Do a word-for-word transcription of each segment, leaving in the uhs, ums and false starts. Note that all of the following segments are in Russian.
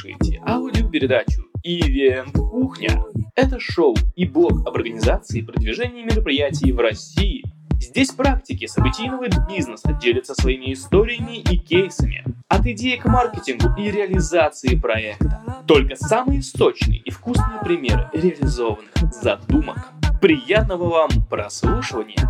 слушаете аудиопередачу «Ивент Кухня». Это шоу и блог об организации и продвижении мероприятий в России. Здесь практики событийного бизнеса делятся своими историями и кейсами. От идеи к маркетингу и реализации проекта. Только самые сочные и вкусные примеры реализованных задумок. Приятного вам прослушивания!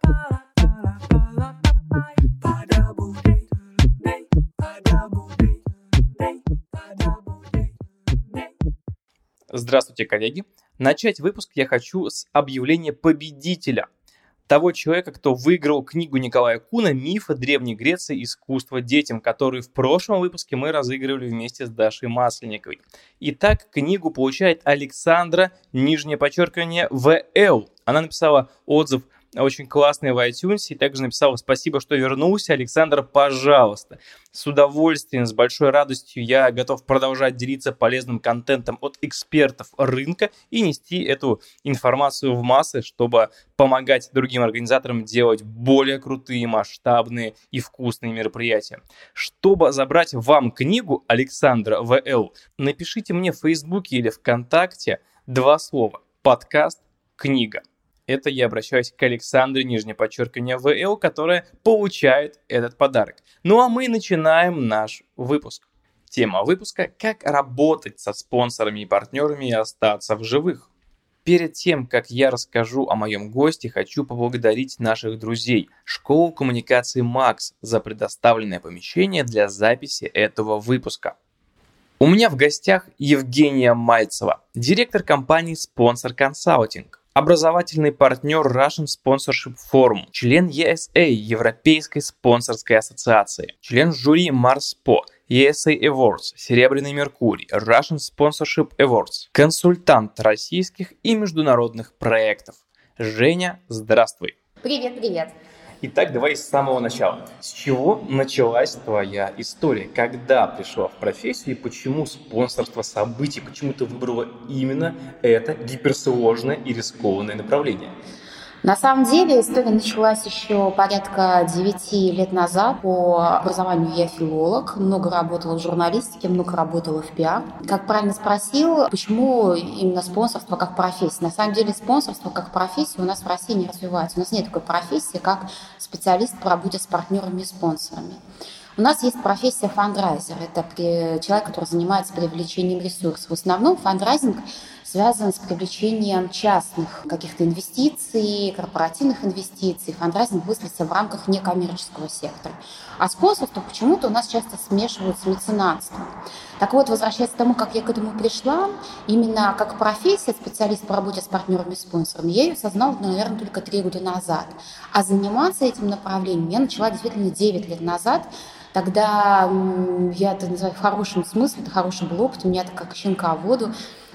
Здравствуйте, коллеги! Начать выпуск я хочу с объявления победителя. Того человека, кто выиграл книгу Николая Куна «Мифы Древней Греции. Искусство детям», которую в прошлом выпуске мы разыгрывали вместе с Дашей Масленниковой. Итак, книгу получает Александра, нижнее подчеркивание, ВЛ. Она написала отзыв очень классный в iTunes и также написала: «Спасибо, что вернулся, Александр, пожалуйста». С удовольствием, с большой радостью я готов продолжать делиться полезным контентом от экспертов рынка и нести эту информацию в массы, чтобы помогать другим организаторам делать более крутые, масштабные и вкусные мероприятия. Чтобы забрать вам книгу Александра ВЛ, напишите мне в Фейсбуке или ВКонтакте два слова: подкаст, книга. Это я обращаюсь к Александре, нижнее подчеркивание, ВЛ, которая получает этот подарок. Ну а мы начинаем наш выпуск. Тема выпуска: как работать со спонсорами и партнерами и остаться в живых. Перед тем, как я расскажу о моем госте, хочу поблагодарить наших друзей Школу коммуникации Макс за предоставленное помещение для записи этого выпуска. У меня в гостях Евгения Мальцева, директор компании Sponsor Consulting, образовательный партнер Russian Sponsorship Forum, член и эс эй, Европейской спонсорской ассоциации, член жюри Марспо, и эс эй Awards, Серебряный Меркурий, Russian Sponsorship Awards, консультант российских и международных проектов. Женя, здравствуй. Привет, привет. Итак, давай с самого начала. С чего началась твоя история? Когда пришла в профессию и почему спонсорство событий? Почему ты выбрала именно это гиперсложное и рискованное направление? На самом деле история началась еще порядка девяти лет назад. По образованию я филолог, много работала в журналистике, много работала в пиар. Как правильно спросил, почему именно спонсорство как профессия? На самом деле спонсорство как профессия у нас в России не развивается. У нас нет такой профессии, как специалист по работе с партнерами и спонсорами. У нас есть профессия фандрайзер. Это человек, который занимается привлечением ресурсов. В основном фандрайзинг связан с привлечением частных каких-то инвестиций, корпоративных инвестиций. Фандрайзинг мыслится в рамках некоммерческого сектора. А спонсорство почему-то у нас часто смешивают с меценатством. Так вот, возвращаясь к тому, как я к этому пришла, именно как профессия, специалист по работе с партнерами и спонсорами, я ее осознала, наверное, только три года назад. А заниматься этим направлением я начала действительно девять лет назад. Тогда я это называю в хорошем смысле, это хороший был опыт, меня это как щенка в воду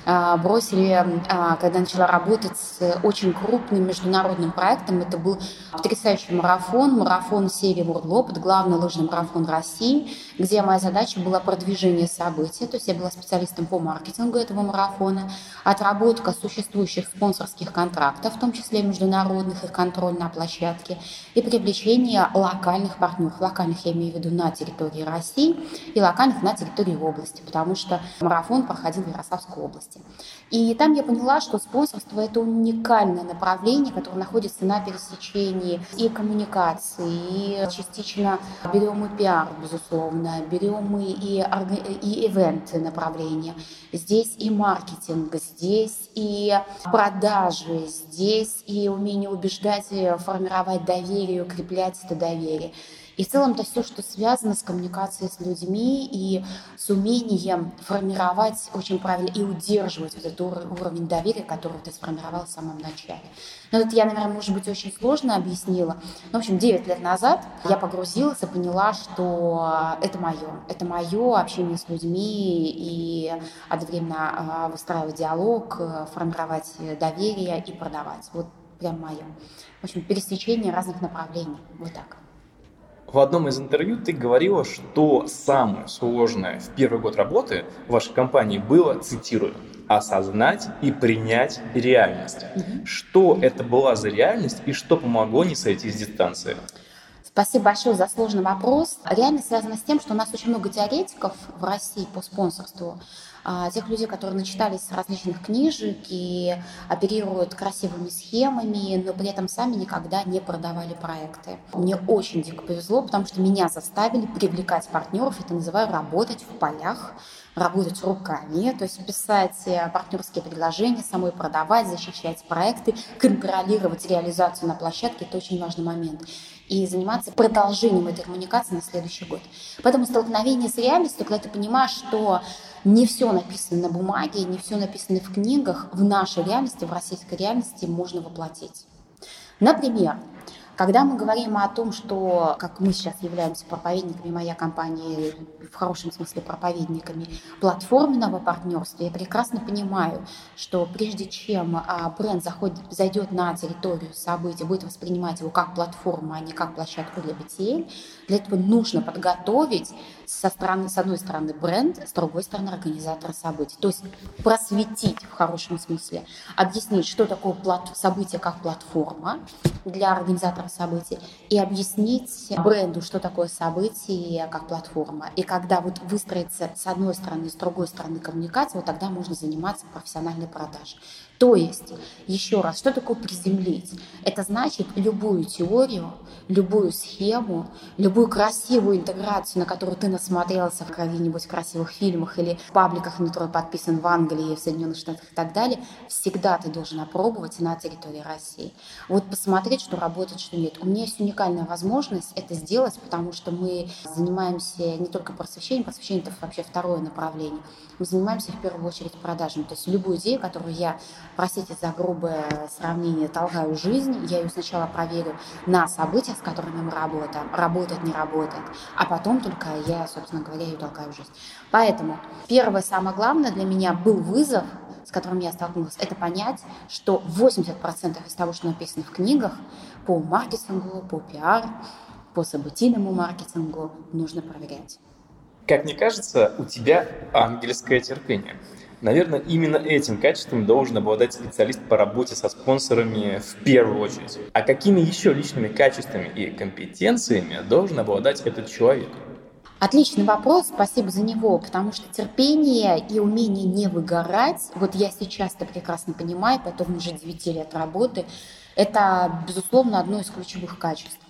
бросили, когда начала работать с очень крупным международным проектом. Это был потрясающий марафон, марафон серии World Opet, главный лыжный марафон России, где моя задача была продвижение событий, то есть я была специалистом по маркетингу этого марафона, отработка существующих спонсорских контрактов, в том числе международных, их контроль на площадке, и привлечение локальных партнеров. Локальных я имею в виду на территории России и локальных на территории области, потому что марафон проходил в Ярославской области. И там я поняла, что спонсорство – это уникальное направление, которое находится на пересечении и коммуникации, и частично берем и пиар, безусловно, берем и, и, и ивенты направления. Здесь и маркетинг, здесь и продажи, здесь и умение убеждать, формировать доверие, укреплять это доверие. И в целом это все, что связано с коммуникацией с людьми и с умением формировать очень правильно и удерживать вот этот уровень доверия, который ты сформировал в самом начале. Но это я, наверное, может быть, очень сложно объяснила. Но, в общем, девять лет назад я погрузилась и поняла, что это мое. Это мое общение с людьми и одновременно выстраивать диалог, формировать доверие и продавать. Вот прям мое. В общем, пересечение разных направлений. Вот так. В одном из интервью ты говорила, что самое сложное в первый год работы в вашей компании было, цитирую, «осознать и принять реальность». Mm-hmm. Что это была за реальность и что помогло не сойти с дистанции? Спасибо большое за сложный вопрос. Реально связано с тем, что у нас очень много теоретиков в России по спонсорству, а, тех людей, которые начитались различных книжек и оперируют красивыми схемами, но при этом сами никогда не продавали проекты. Мне очень дико повезло, потому что меня заставили привлекать партнеров, это называю работать в полях, работать руками, то есть писать партнерские предложения, самой продавать, защищать проекты, контролировать реализацию на площадке – это очень важный момент. И заниматься продолжением этой коммуникации на следующий год. Поэтому столкновение с реальностью, когда ты понимаешь, что не все написано на бумаге, не все написано в книгах, в нашей реальности, в российской реальности можно воплотить. Например, когда мы говорим о том, что, как мы сейчас являемся проповедниками, моя компания в хорошем смысле проповедниками платформенного партнерства, я прекрасно понимаю, что прежде чем бренд заходит, зайдет на территорию событий, будет воспринимать его как платформу, а не как площадку для би ти эл, для этого нужно подготовить со стороны, с одной стороны бренд, с другой стороны организатора событий. То есть просветить в хорошем смысле, объяснить, что такое плат- событие как платформа для организатора событий, и объяснить бренду, что такое событие как платформа. И когда вот выстроится с одной стороны и с другой стороны коммуникация, вот тогда можно заниматься профессиональной продажей. То есть, еще раз, что такое приземлить? Это значит любую теорию, любую схему, любую красивую интеграцию, на которую ты насмотрелся в каких-нибудь красивых фильмах или в пабликах, на которые подписан в Англии, в Соединенных Штатах и так далее, всегда ты должен опробовать на территории России. Вот посмотреть, что работает, что нет. У меня есть уникальная возможность это сделать, потому что мы занимаемся не только просвещением, просвещение – это вообще второе направление. Мы занимаемся в первую очередь продажами. То есть любую идею, которую я, простите за грубое сравнение, толкаю в жизнь, я ее сначала проверю на событиях, с которыми мы работаем, работает, не работает, а потом только я, собственно говоря, ее толкаю в жизнь. Поэтому первое, самое главное для меня был вызов, с которым я столкнулась, это понять, что восемьдесят процентов из того, что написано в книгах по маркетингу, по пиар, по событийному маркетингу, нужно проверять. Как мне кажется, у тебя ангельское терпение. Наверное, именно этим качеством должен обладать специалист по работе со спонсорами в первую очередь. А какими еще личными качествами и компетенциями должен обладать этот человек? Отличный вопрос, спасибо за него, потому что терпение и умение не выгорать, вот я сейчас это прекрасно понимаю, потом уже девять лет работы, это, безусловно, одно из ключевых качеств.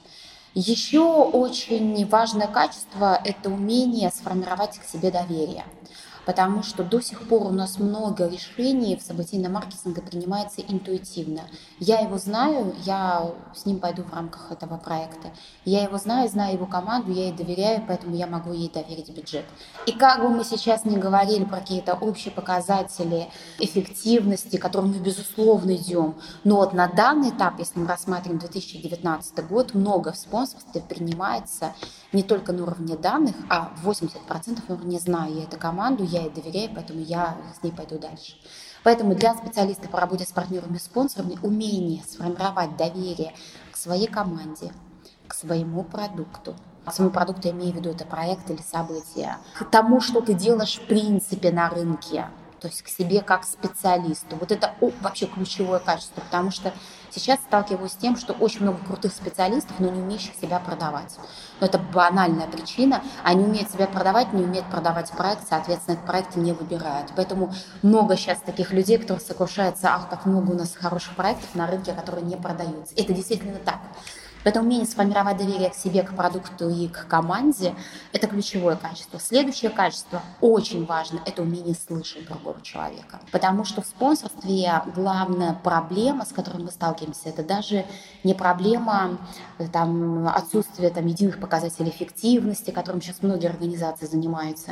Еще очень важное качество – это умение сформировать к себе доверие. Потому что до сих пор у нас много решений в событийном маркетинге принимается интуитивно. Я его знаю, я с ним пойду в рамках этого проекта. Я его знаю, знаю его команду, я ей доверяю, поэтому я могу ей доверить бюджет. И как бы мы сейчас ни говорили про какие-то общие показатели эффективности, к которым мы безусловно идем, но вот на данный этап, если мы рассматриваем две тысячи девятнадцатый год, много в спонсорстве принимается не только на уровне данных, а восемьдесят процентов на уровне знаю я эту команду, я ей доверяю, поэтому я с ней пойду дальше. Поэтому для специалиста по работе с партнерами-спонсорами умение сформировать доверие к своей команде, к своему продукту. К своему продукту я имею в виду это проект или событие, к тому, что ты делаешь в принципе на рынке, то есть к себе как специалисту. Вот это вообще ключевое качество, потому что сейчас сталкиваюсь с тем, что очень много крутых специалистов, но не умеющих себя продавать. Но это банальная причина. Они умеют себя продавать, не умеют продавать проект, соответственно, этот проект не выбирают. Поэтому много сейчас таких людей, которые сокрушаются, ах, как много у нас хороших проектов на рынке, которые не продаются. Это действительно так. Поэтому умение сформировать доверие к себе, к продукту и к команде – это ключевое качество. Следующее качество, очень важно, это умение слышать другого человека. Потому что в спонсорстве главная проблема, с которой мы сталкиваемся, это даже не проблема там, отсутствия там, единых показателей эффективности, которым сейчас многие организации занимаются,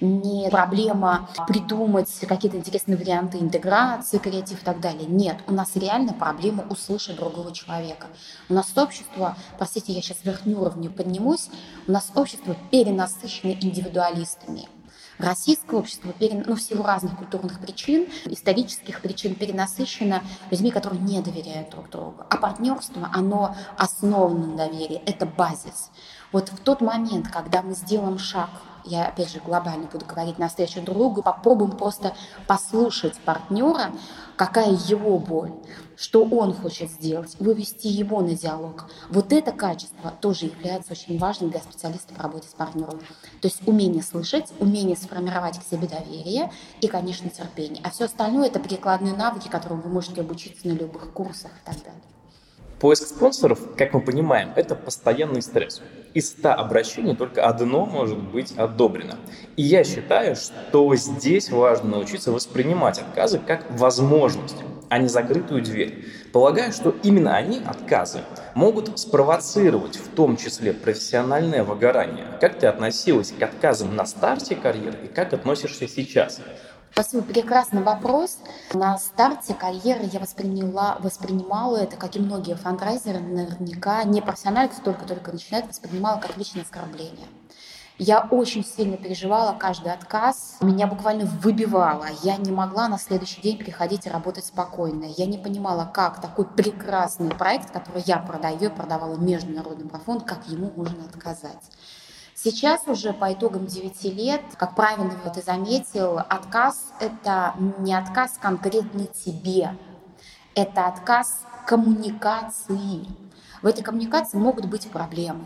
не проблема придумать какие-то интересные варианты интеграции, креатив и так далее. Нет, у нас реально проблема услышать другого человека. У нас общество, простите, я сейчас верхнюю уровню поднимусь, у нас общество перенасыщено индивидуалистами. Российское общество, ну, в силу разных культурных причин, исторических причин, перенасыщено людьми, которые не доверяют друг другу. А партнерство, оно основано на доверии, это базис. Вот в тот момент, когда мы сделаем шаг я опять же глобально буду говорить навстречу другу, попробуем просто послушать партнера, какая его боль, что он хочет сделать, вывести его на диалог. Вот это качество тоже является очень важным для специалиста по работе с партнером. То есть умение слышать, умение сформировать к себе доверие и, конечно, терпение. А все остальное – это прикладные навыки, которым вы можете обучиться на любых курсах и так далее. Поиск спонсоров, как мы понимаем, это постоянный стресс. Из ста обращений только одно может быть одобрено. И я считаю, что здесь важно научиться воспринимать отказы как возможность, а не закрытую дверь. Полагаю, что именно они, отказы, могут спровоцировать в том числе профессиональное выгорание. Как ты относилась к отказам на старте карьеры и как относишься сейчас? Спасибо, прекрасный вопрос. На старте карьеры я восприняла, воспринимала это, как и многие фандрайзеры, наверняка не профессионалы, кто только-только начинает, воспринимала как личное оскорбление. Я очень сильно переживала каждый отказ, меня буквально выбивало. Я не могла на следующий день приходить и работать спокойно. Я не понимала, как такой прекрасный проект, который я продаю, я продавала международный марафон, как ему можно отказать. Сейчас уже по итогам девяти лет, как правильно ты заметил, отказ – это не отказ конкретно тебе, это отказ коммуникации. В этой коммуникации могут быть проблемы,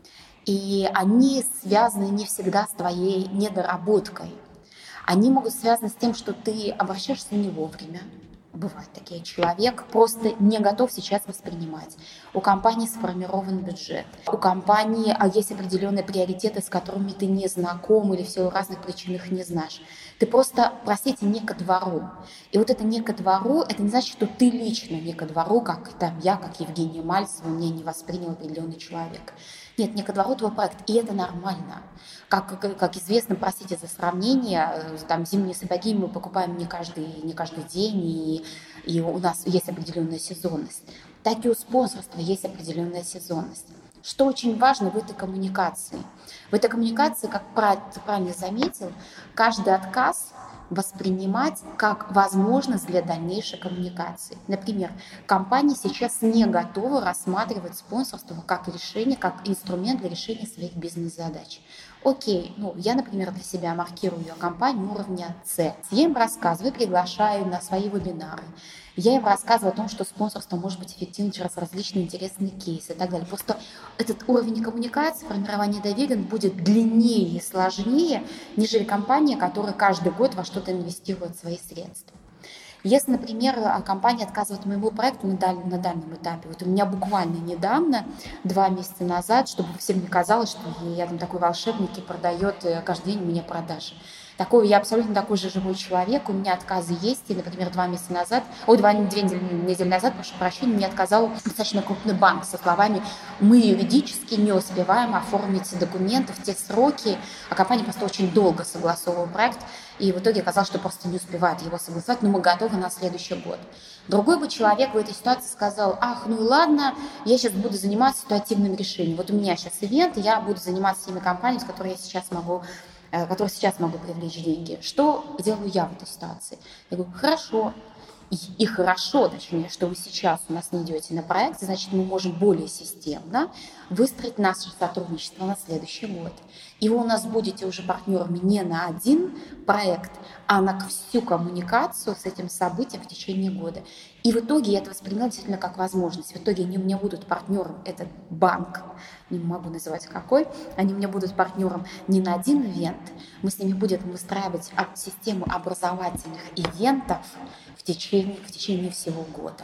и они связаны не всегда с твоей недоработкой. Они могут связаны с тем, что ты обращаешься не вовремя. Бывают такие, человек просто не готов сейчас воспринимать. У компании сформирован бюджет, у компании а есть определенные приоритеты, с которыми ты не знаком или в силу разных причин их не знаешь. Ты просто, простите, не ко двору. И вот это не ко двору, это не значит, что ты лично не ко двору, как там я, как Евгения Мальцева, меня не воспринял определенный человек. Нет, не ко двору твой проект, и это нормально. Как, как, как известно, простите за сравнение, там зимние сапоги мы покупаем не каждый, не каждый день, и, и у нас есть определенная сезонность. Так и у спонсорства есть определенная сезонность. Что очень важно в этой коммуникации? В этой коммуникации, как ты правильно заметил, каждый отказ воспринимать как возможность для дальнейшей коммуникации. Например, компания сейчас не готова рассматривать спонсорство как решение, как инструмент для решения своих бизнес-задач. Окей, ну я, например, для себя маркирую компанию уровня С. Я им рассказываю, приглашаю на свои вебинары. Я им рассказываю о том, что спонсорство может быть эффективно через различные интересные кейсы и так далее. Просто этот уровень коммуникации, формирования доверия будет длиннее и сложнее, нежели компания, которая каждый год во что-то инвестирует свои средства. Если, например, компания отказывает моему проекту на, даль, на дальнем этапе, вот у меня буквально недавно, два месяца назад, чтобы всем не казалось, что я там такой волшебник и продает каждый день мне продажи. Такой, я абсолютно такой же живой человек, у меня отказы есть, и, например, два месяца назад, ой, два, две недели назад, прошу прощения, мне отказал достаточно крупный банк со словами: мы юридически не успеваем оформить документы в те сроки, а компания просто очень долго согласовывала проект, и в итоге оказалось, что просто не успевает его согласовать, но мы готовы на следующий год. Другой бы человек в этой ситуации сказал: ах, ну и ладно, я сейчас буду заниматься ситуативным решением. Вот у меня сейчас ивент, и я буду заниматься теми компаниями, с которыми я сейчас могу которые сейчас могу привлечь деньги. Что делаю я в этой ситуации? Я говорю: хорошо. И, и хорошо, точнее, что вы сейчас у нас не идете на проект, значит, мы можем более системно выстроить наше сотрудничество на следующий год. И вы у нас будете уже партнерами не на один проект, а на всю коммуникацию с этим событием в течение года. И в итоге я это восприняла действительно как возможность. В итоге они у меня будут партнером, этот банк, не могу называть какой, они у меня будут партнером не на один ивент, мы с ними будем выстраивать систему образовательных ивентов в течение, в течение всего года.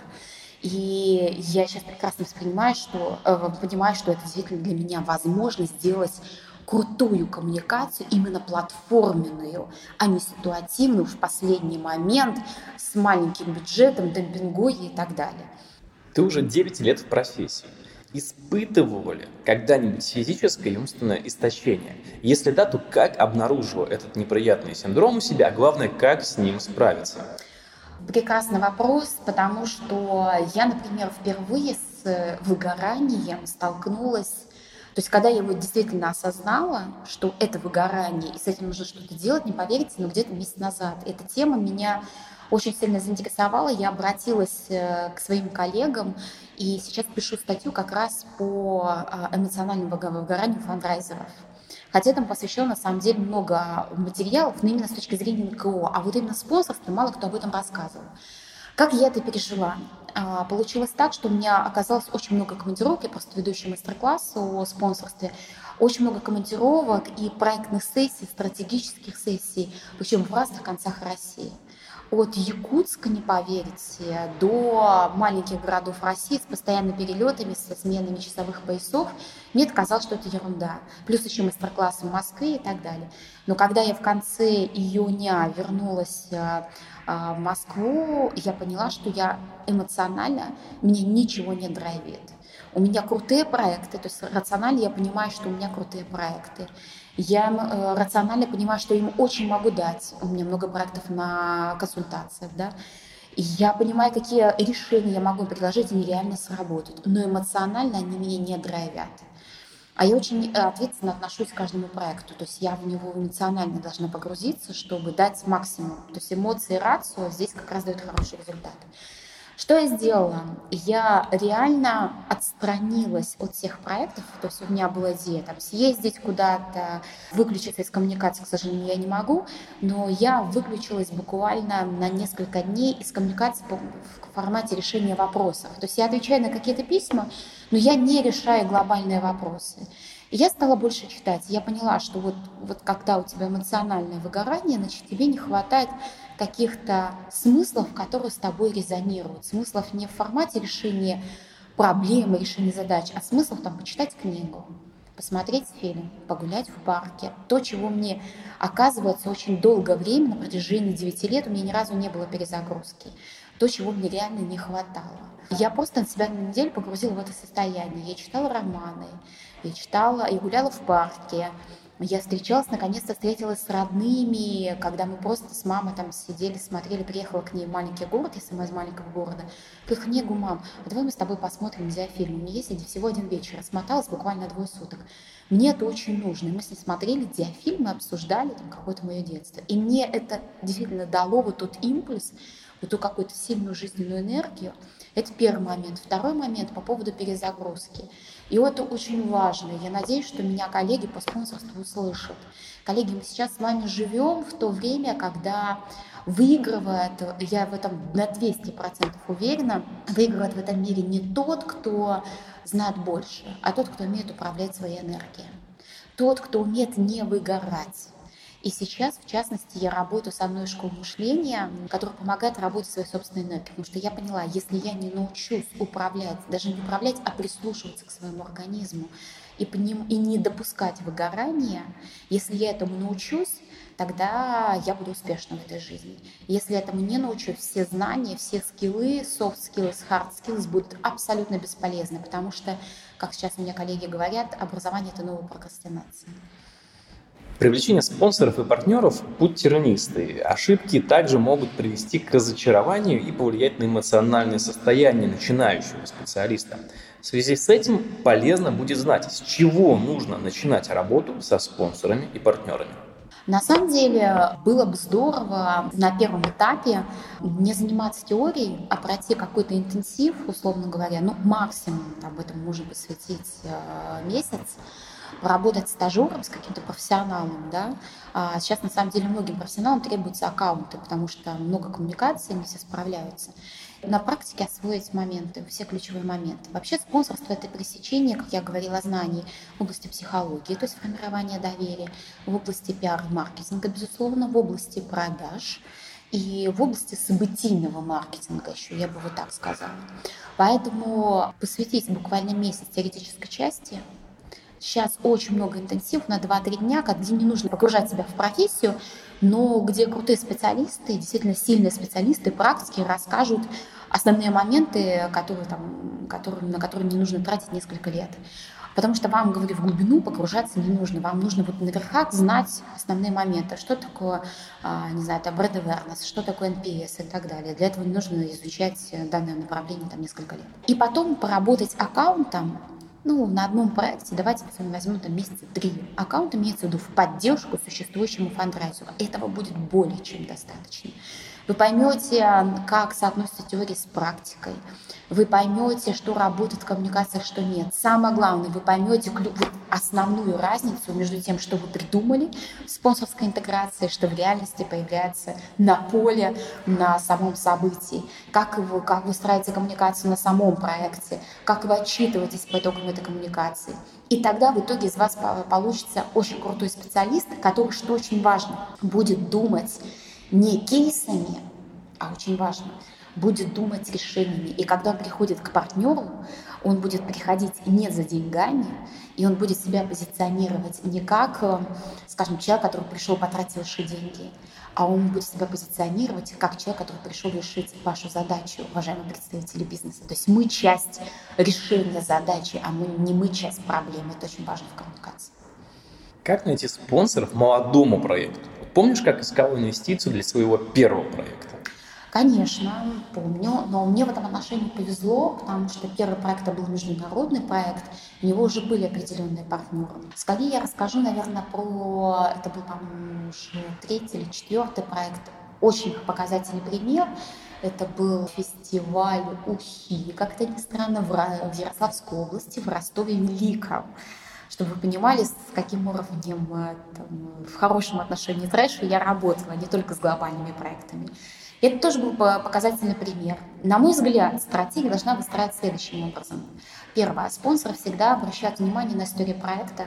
И я сейчас прекрасно воспринимаю, что, э, понимаю, что это действительно для меня возможность сделать крутую коммуникацию, именно платформенную, а не ситуативную в последний момент с маленьким бюджетом, демпингуя и так далее. Ты уже девять лет в профессии. Испытывали когда-нибудь физическое и умственное истощение? Если да, то как обнаружила этот неприятный синдром у себя, а главное, как с ним справиться? Прекрасный вопрос, потому что я, например, впервые с выгоранием столкнулась. То есть, когда я его действительно осознала, что это выгорание, и с этим нужно что-то делать, не поверите, но где-то месяц назад эта тема меня очень сильно заинтересовала. Я обратилась к своим коллегам, и сейчас пишу статью как раз по эмоциональному выгоранию фандрайзеров. Хотя этому посвящено на самом деле много материалов, но именно с точки зрения эн ка о. А вот именно спонсорство мало кто об этом рассказывал. Как я это пережила? А, получилось так, что у меня оказалось очень много командировок, я просто ведущая мастер-класс о спонсорстве, очень много командировок и проектных сессий, стратегических сессий, причем в разных концах России. От Якутска, не поверите, до маленьких городов России с постоянными перелетами, со сменами часовых поясов. Мне казалось, что это ерунда. Плюс еще мастер-классы в Москве и так далее. Но когда я в конце июня вернулась в Москву, я поняла, что я эмоционально, меня ничего не драйвит. У меня крутые проекты, то есть рационально я понимаю, что у меня крутые проекты. Я э, рационально понимаю, что им очень могу дать. У меня много проектов на консультациях, да. И я понимаю, какие решения я могу предложить, они реально сработают. Но эмоционально они меня не драйвят. А я очень ответственно отношусь к каждому проекту. То есть я в него эмоционально должна погрузиться, чтобы дать максимум. То есть эмоции и рацио здесь как раз дают хороший результат. Что я сделала? Я реально отстранилась от всех проектов, то есть у меня была идея там, съездить куда-то, выключиться из коммуникации, к сожалению, я не могу, но я выключилась буквально на несколько дней из коммуникации в формате решения вопросов. То есть я отвечаю на какие-то письма, но я не решаю глобальные вопросы. И я стала больше читать. Я поняла, что вот, вот когда у тебя эмоциональное выгорание, значит, тебе не хватает каких-то смыслов, которые с тобой резонируют. Смыслов не в формате решения проблемы, решения задач, а смыслов там почитать книгу, посмотреть фильм, погулять в парке. То, чего мне, оказывается, очень долгое время, на протяжении девяти лет, у меня ни разу не было перезагрузки. То, чего мне реально не хватало. Я просто на себя на неделю погрузила в это состояние. Я читала романы, я читала, я гуляла в парке. Я встречалась, наконец-то встретилась с родными, когда мы просто с мамой там сидели, смотрели, приехала к ней в маленький город, я сама из маленького города. Говорю, книгу, мам, а давай мы с тобой посмотрим видеофильм. У меня есть всего один вечер, смоталась буквально двое суток. Мне это очень нужно. И мы с ней смотрели видеофильмы, обсуждали там какое-то мое детство. И мне это действительно дало вот тот импульс, вот ту какую-то сильную жизненную энергию. Это первый момент. Второй момент по поводу перезагрузки. И это очень важно. Я надеюсь, что меня коллеги по спонсорству услышат. Коллеги, мы сейчас с вами живем в то время, когда выигрывает, я в этом на двести процентов уверена, выигрывает в этом мире не тот, кто знает больше, а тот, кто умеет управлять своей энергией. Тот, кто умеет не выгорать. И сейчас, в частности, я работаю с одной школой мышления, которая помогает работать своей собственной энергией. Потому что я поняла, если я не научусь управлять, даже не управлять, а прислушиваться к своему организму и, по ним, и не допускать выгорания, если я этому научусь, тогда я буду успешна в этой жизни. Если этому не научусь, все знания, все скиллы, soft skills, hard skills будут абсолютно бесполезны, потому что, как сейчас у меня коллеги говорят, образование – это новая прокрастинация. Привлечение спонсоров и партнеров – путь тернистый. Ошибки также могут привести к разочарованию и повлиять на эмоциональное состояние начинающего специалиста. В связи с этим полезно будет знать, с чего нужно начинать работу со спонсорами и партнерами. На самом деле было бы здорово на первом этапе не заниматься теорией, а пройти какой-то интенсив, условно говоря, ну максимум об этом можно посвятить э, месяц, поработать стажером с каким-то профессионалом, да. А сейчас на самом деле многим профессионалам требуются аккаунты, потому что много коммуникаций, не все справляются. На практике освоить моменты, все ключевые моменты. Вообще спонсорство – это пресечение, как я говорила, знаний в области психологии, то есть формирование доверия, в области пиар и маркетинга, безусловно, в области продаж и в области событийного маркетинга еще, я бы вот так сказала. Поэтому посвятить буквально месяц теоретической части. Сейчас очень много интенсивов на два-три дня, где не нужно погружать себя в профессию, но где крутые специалисты, действительно сильные специалисты, практики расскажут основные моменты, которые, там, которые, на которые не нужно тратить несколько лет. Потому что вам, говорю, в глубину погружаться не нужно. Вам нужно вот на верхах знать основные моменты. Что такое, не знаю, там, бренд awareness, что такое эн пи эс и так далее. Для этого не нужно изучать данное направление там, несколько лет. И потом поработать аккаунтом. Ну, на одном проекте, давайте с вами возьмем там месяца три. Аккаунт имеется в виду в поддержку существующему фандрайзеру. Этого будет более чем достаточно. Вы поймете, как соотносится теория с практикой. Вы поймете, что работает в коммуникациях, что нет. Самое главное, вы поймете основную разницу между тем, что вы придумали в спонсорской интеграции, что в реальности появляется на поле, на самом событии. Как вы, как вы строите коммуникацию на самом проекте, как вы отчитываетесь по итогам этой коммуникации. И тогда в итоге из вас получится очень крутой специалист, который, что очень важно, будет думать не кейсами, а очень важно, будет думать решениями. И когда он приходит к партнеру, он будет приходить не за деньгами, и он будет себя позиционировать не как, скажем, человек, который пришел потратить ваши деньги, а он будет себя позиционировать как человек, который пришел решить вашу задачу, уважаемые представители бизнеса. То есть мы часть решения задачи, а мы, не мы часть проблемы. Это очень важно в коммуникации. Как найти спонсоров молодому проекту? Помнишь, как искал инвестицию для своего первого проекта? Конечно, помню, но мне в этом отношении повезло, потому что первый проект был международный проект, у него уже были определенные партнеры. Скорее я расскажу, наверное, про, это был, по-моему, уже третий или четвертый проект, очень показательный пример. Это был фестиваль Ухи, как-то ни странно, в Ярославской области, в Ростове-Великом. Чтобы вы понимали, с каким уровнем там, в хорошем отношении трэша я работала, не только с глобальными проектами. И это тоже был показательный пример. На мой взгляд, стратегия должна выстраиваться следующим образом. Первое. Спонсоры всегда обращают внимание на историю проекта.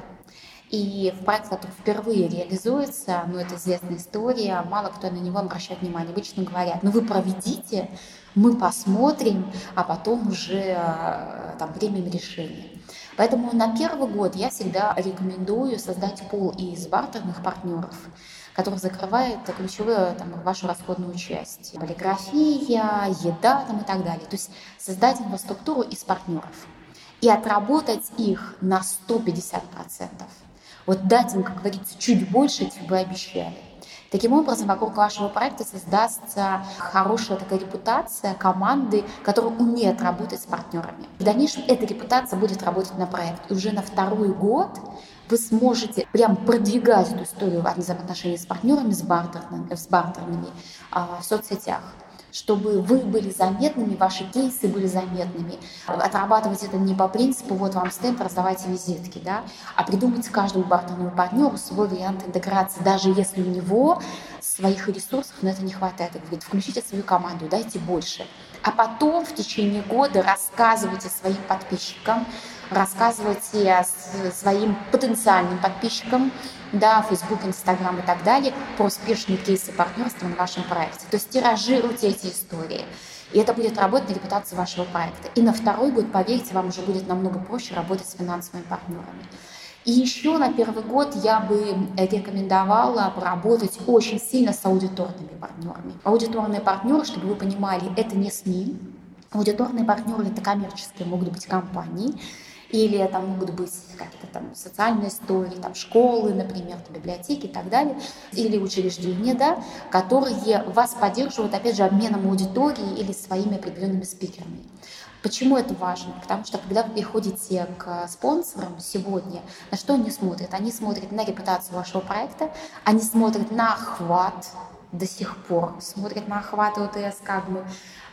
И в проект, который впервые реализуется, ну это известная история, мало кто на него обращает внимание. Обычно говорят, ну вы проведите, мы посмотрим, а потом уже там, примем решение. Поэтому на первый год я всегда рекомендую создать пул из бартерных партнеров, который закрывает ключевую там, вашу расходную часть. Полиграфия, еда там, и так далее. То есть создать инфраструктуру из партнеров и отработать их на сто пятьдесят процентов. Вот дать им, как говорится, чуть больше, чем вы обещали. Таким образом, вокруг вашего проекта создастся хорошая такая репутация команды, которая умеет работать с партнерами. В дальнейшем эта репутация будет работать на проект. И уже на второй год вы сможете прям продвигать эту историю взаимоотношений с партнерами, с бартерными, с бартерными а, в соцсетях, чтобы вы были заметными, ваши кейсы были заметными. Отрабатывать это не по принципу «вот вам стенд, раздавайте визитки», да, а придумать каждому бартерному партнеру свой вариант интеграции, даже если у него своих ресурсов на это не хватает. Он говорит, включите свою команду, дайте больше. А потом в течение года рассказывайте своим подписчикам, рассказывайте своим потенциальным подписчикам, да, Facebook, Instagram и так далее, про успешные кейсы партнерства на вашем проекте. То есть тиражируйте эти истории. И это будет работать на репутацию вашего проекта. И на второй год, поверьте, вам уже будет намного проще работать с финансовыми партнерами. И еще на первый год я бы рекомендовала поработать очень сильно с аудиторными партнерами. Аудиторные партнеры, чтобы вы понимали, это не СМИ. Аудиторные партнеры – это коммерческие, могут быть компании. Или это могут быть какие-то там социальные истории, там школы, например, там, библиотеки и так далее, или учреждения, да, которые вас поддерживают, опять же, обменом аудитории или своими определенными спикерами. Почему это важно? Потому что когда вы приходите к спонсорам сегодня, на что они смотрят? Они смотрят на репутацию вашего проекта, они смотрят на охват, до сих пор смотрят на охват ОТС, как бы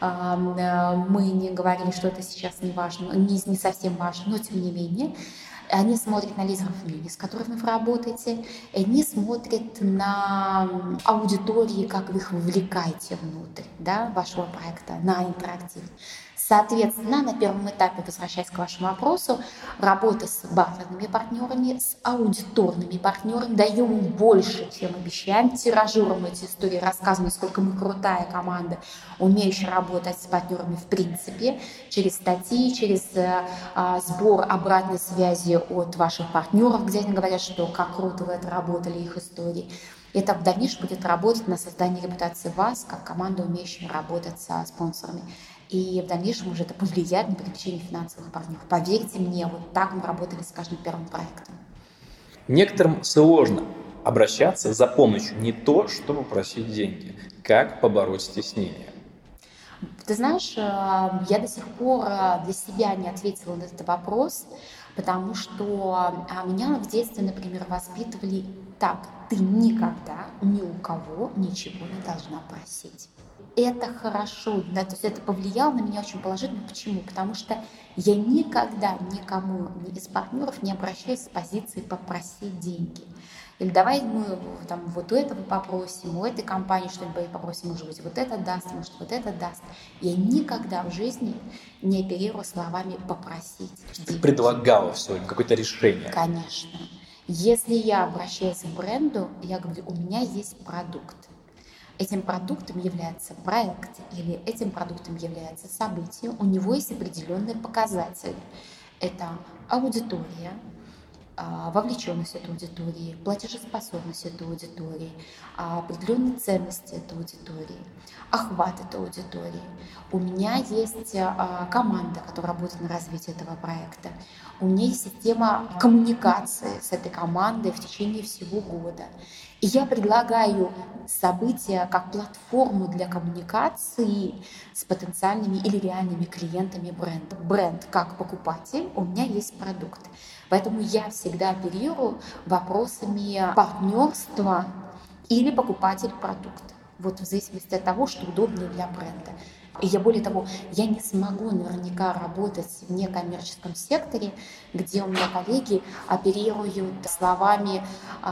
э, мы не говорили, что это сейчас не важно, не, не совсем важно, но тем не менее. Они смотрят на лидеров мнений, с которыми вы работаете, и они смотрят на аудитории, как вы их вовлекаете внутрь, да, вашего проекта, на интерактив. Соответственно, на первом этапе, возвращаясь к вашему вопросу, работа с бартерными партнерами, с аудиторными партнерами, даем им больше, чем обещаем, тиражируем эти истории, рассказываем, насколько мы крутая команда, умеющая работать с партнерами в принципе, через статьи, через а, сбор обратной связи от ваших партнеров, где они говорят, что как круто вы отработали их истории. Это в дальнейшем будет работать на создание репутации вас, как команда, умеющая работать со спонсорами. И в дальнейшем уже это повлияет на привлечение финансовых партнеров. Поверьте мне, вот так мы работали с каждым первым проектом. Некоторым сложно обращаться за помощью, не то, чтобы просить деньги. Как побороть стеснение? Ты знаешь, я до сих пор для себя не ответила на этот вопрос, потому что меня в детстве, например, воспитывали Так, ты никогда ни у кого ничего не должна просить. Это хорошо, да, то есть это повлияло на меня очень положительно. Почему? Потому что я никогда никому ни из партнеров не обращаюсь с позиции попросить деньги. Или давай мы там вот у этого попросим, у этой компании что-нибудь попросим, может быть, вот это даст, может, вот это даст. Я никогда в жизни не оперирую словами «попросить». Ты предлагала все, какое-то решение. Конечно. Если я обращаюсь к бренду, я говорю, у меня есть продукт. Этим продуктом является проект или этим продуктом является событие. У него есть определенные показатели. Это аудитория, вовлеченность этой аудитории, платежеспособность этой аудитории, определенные ценности этой аудитории, охват этой аудитории. У меня есть команда, которая работает на развитие этого проекта. У меня есть система коммуникации с этой командой в течение всего года. И я предлагаю события как платформу для коммуникации с потенциальными или реальными клиентами бренда. Бренд как покупатель, у меня есть продукт. Поэтому я всегда оперирую вопросами партнерства или покупатель-продукт. Вот в зависимости от того, что удобнее для бренда. И я, более того, я не смогу наверняка работать в некоммерческом секторе, где у меня коллеги оперируют словами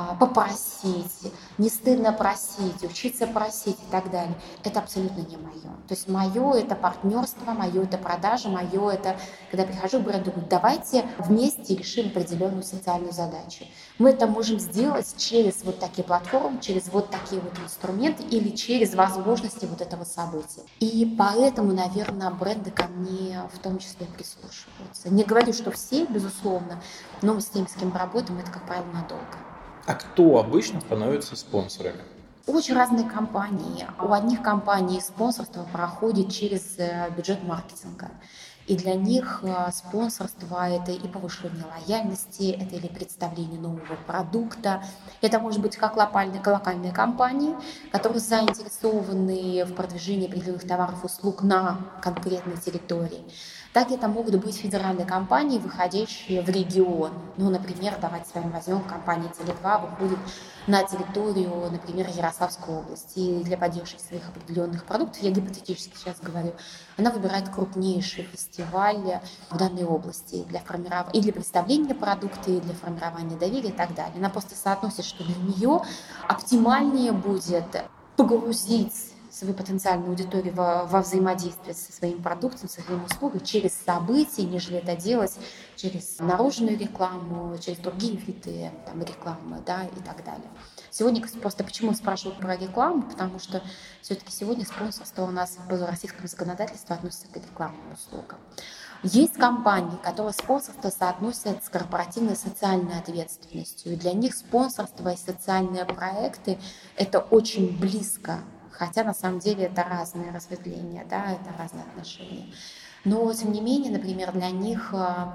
«попросить», «не стыдно просить», «учиться просить» и так далее. Это абсолютно не мое. То есть мое это партнерство, мое это продажа, мое это, когда я прихожу к бренду, говорю, давайте вместе решим определенную социальную задачу. Мы это можем сделать через вот такие платформы, через вот такие вот инструменты или через возможности вот этого события. И поэтому, наверное, бренды ко мне в том числе прислушиваются. Не говорю, что все, безусловно, но с теми, с кем мы работаем, это, как правило, надолго. А кто обычно становится спонсорами? Очень разные компании. У одних компаний спонсорство проходит через бюджет маркетинга. И для них спонсорство – это и повышение лояльности, это или представление нового продукта. Это может быть как локальные, локальные компании, которые заинтересованы в продвижении определенных товаров и услуг на конкретной территории. Так это могут быть федеральные компании, выходящие в регион. Ну, например, давайте с вами возьмем, компания теле два выходит на территорию, например, Ярославской области. И для поддержки своих определенных продуктов, я гипотетически сейчас говорю, она выбирает крупнейший фестиваль в данной области для формирования, и для представления продукта, и для формирования доверия и так далее. Она просто соотносит, что для нее оптимальнее будет погрузить свою потенциальную аудиторию во, во взаимодействие со своим продуктом, со своими услугами через события, нежели это делать через наружную рекламу, через другие виды там, рекламы, да, и так далее. Сегодня просто почему спрашиваю про рекламу, потому что все-таки сегодня спонсорство у нас по российскому законодательству относится к рекламным услугам. Есть компании, которые спонсорство соотносят с корпоративной социальной ответственностью. И для них спонсорство и социальные проекты – это очень близко. Хотя на самом деле это разные разветвления, да, это разные отношения. Но, тем не менее, например, для них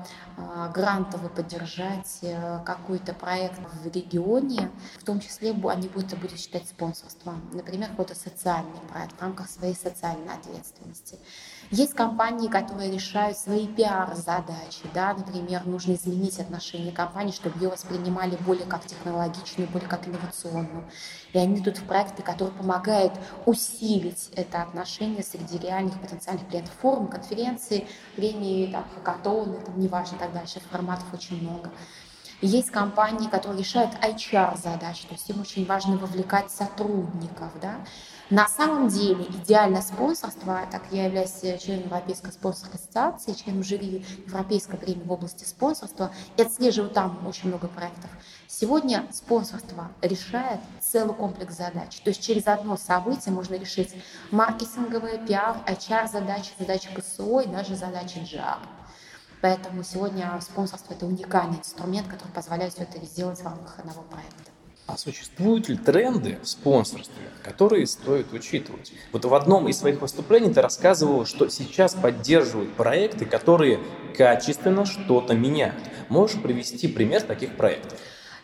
грантово поддержать какой-то проект в регионе, в том числе они будут, это будут считать спонсорством. Например, какой-то социальный проект в рамках своей социальной ответственности. Есть компании, которые решают свои пиар-задачи. Да? Например, нужно изменить отношение компании, чтобы ее воспринимали более как технологичную, более как инновационную. И они идут в проекты, которые помогают усилить это отношение среди реальных потенциальных клиентов. Форумы, конференции, премии, там, хакатоны, там, неважно, так дальше. Форматов очень много. Есть компании, которые решают эйч ар-задачи, то есть им очень важно вовлекать сотрудников. Да? На самом деле идеальное спонсорство, так я являюсь членом Европейской спонсорской ассоциации, членом жюри Европейской премии в области спонсорства, и отслеживаю там очень много проектов. Сегодня спонсорство решает целый комплекс задач. То есть через одно событие можно решить маркетинговые, пиар, эйч ар-задачи, задачи пэ эс о и даже задачи джи ар. Поэтому сегодня спонсорство – это уникальный инструмент, который позволяет все это сделать в рамках одного проекта. А существуют ли тренды в спонсорстве, которые стоит учитывать? Вот в одном из своих выступлений ты рассказывал, что сейчас поддерживают проекты, которые качественно что-то меняют. Можешь привести пример таких проектов?